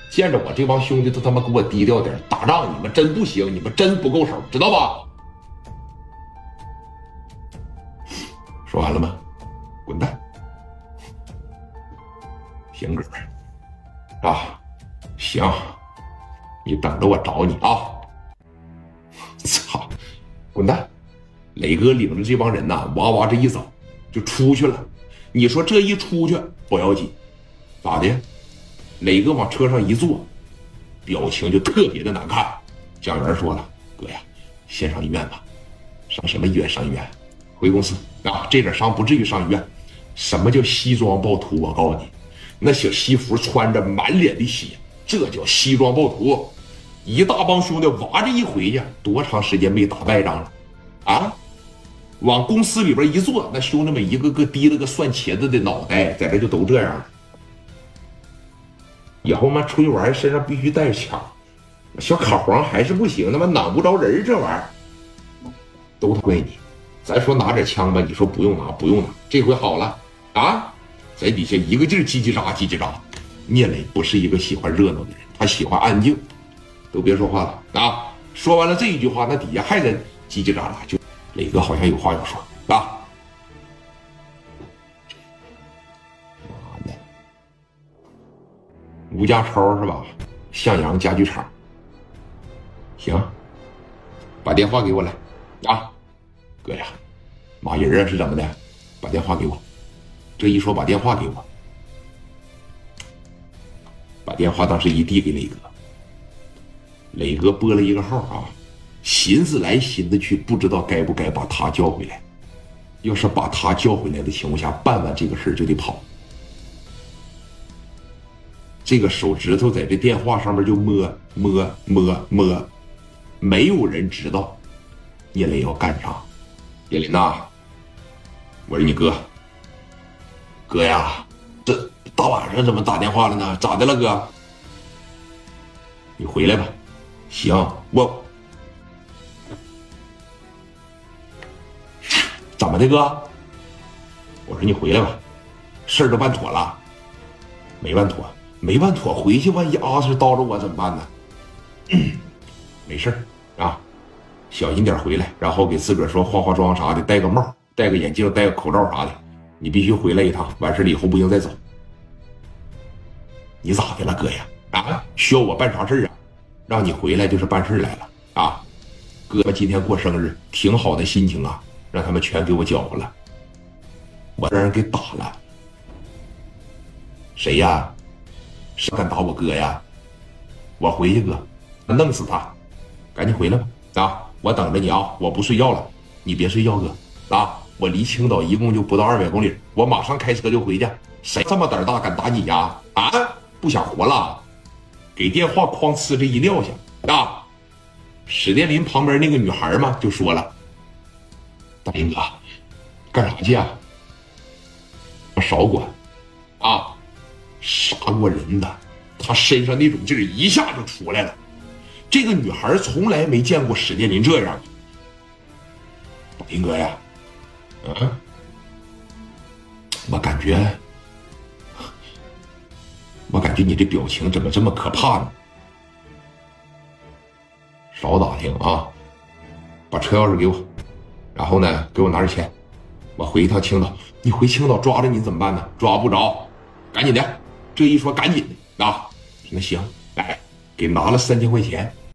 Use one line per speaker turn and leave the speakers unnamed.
见着我这帮兄弟都他妈给我低调点，打仗你们真不行，你们真不够手，知道吧？说完了吗？滚蛋！行哥啊，行，你等着我找你啊！操，滚蛋！磊哥领着这帮人呐，哇哇这一走就出去了。你说这一出去不要紧，咋的？磊哥往车上一坐，表情就特别的难看。蒋元说了：“哥呀，先上医院吧。上什么医院？上医院？回公司啊！这点伤不至于上医院。什么叫西装暴徒？我告诉你，那小西服穿着满脸的血，这叫西装暴徒。一大帮兄弟哇着一回去，多长时间没打败仗了啊？往公司里边一坐，那兄弟们一个个低了个蒜茄子的脑袋，在这就都这样了。以后嘛，出去玩身上必须带着枪，小卡簧还是不行，他妈挡不着人，这玩意儿都怪你。咱说拿点枪吧，你说不用拿，不用拿，这回好了啊，在底下一个劲儿叽叽喳叽叽喳。聂磊不是一个喜欢热闹的人，他喜欢安静，都别说话了啊！说完了这一句话，那底下还在叽叽喳喳，就磊哥好像有话要说啊。妈的，吴家超是吧？向阳家具厂。行，把电话给我来啊！哥呀，马人啊是怎么的？把电话给我。这一说把电话给我，把电话当时一递给磊哥。磊哥拨了一个号啊，寻思来寻思去，不知道该不该把他叫回来。要是把他叫回来的情况下，办完这个事就得跑。这个手指头在这电话上面就摸，没有人知道聂磊要干啥。叶林呐，我是你哥。哥呀，这大晚上怎么打电话了呢？咋的了哥？你回来吧。行，我怎么的哥？我说你回来吧，事儿都办妥了。没办妥，没办妥，回去万一阿 Sir 叨着我怎么办呢？没事啊，小心点回来，然后给自个儿说化化妆啥的，戴个帽，戴个眼镜，戴个口罩啥的。你必须回来一趟，完事了以后不行再走。你咋的了哥呀？啊，需要我办啥事啊？让你回来就是办事来了啊！哥今天过生日，挺好的心情啊，让他们全给我搅和了，我让人给打了。谁呀？谁敢打我哥呀？我回去哥，弄死他！赶紧回来吧啊！我等着你啊！我不睡觉了，你别睡觉哥啊！我离青岛一共就不到200公里，我马上开车就回去。谁这么胆大敢打你呀？啊，不想活了？给电话哐呲这一撂下啊！史殿林旁边那个女孩嘛就说了：“大林哥，干啥去啊？少管啊！杀过人的，他身上那种劲儿一下就出来了。这个女孩从来没见过史殿林这样。大林哥呀。”我感觉你这表情怎么这么可怕呢？少打听啊！把车钥匙给我，然后呢，给我拿着钱，我回一趟青岛。你回青岛抓着你怎么办呢？抓不着，赶紧的。这一说赶紧的啊！那行，来，给拿了3000块钱。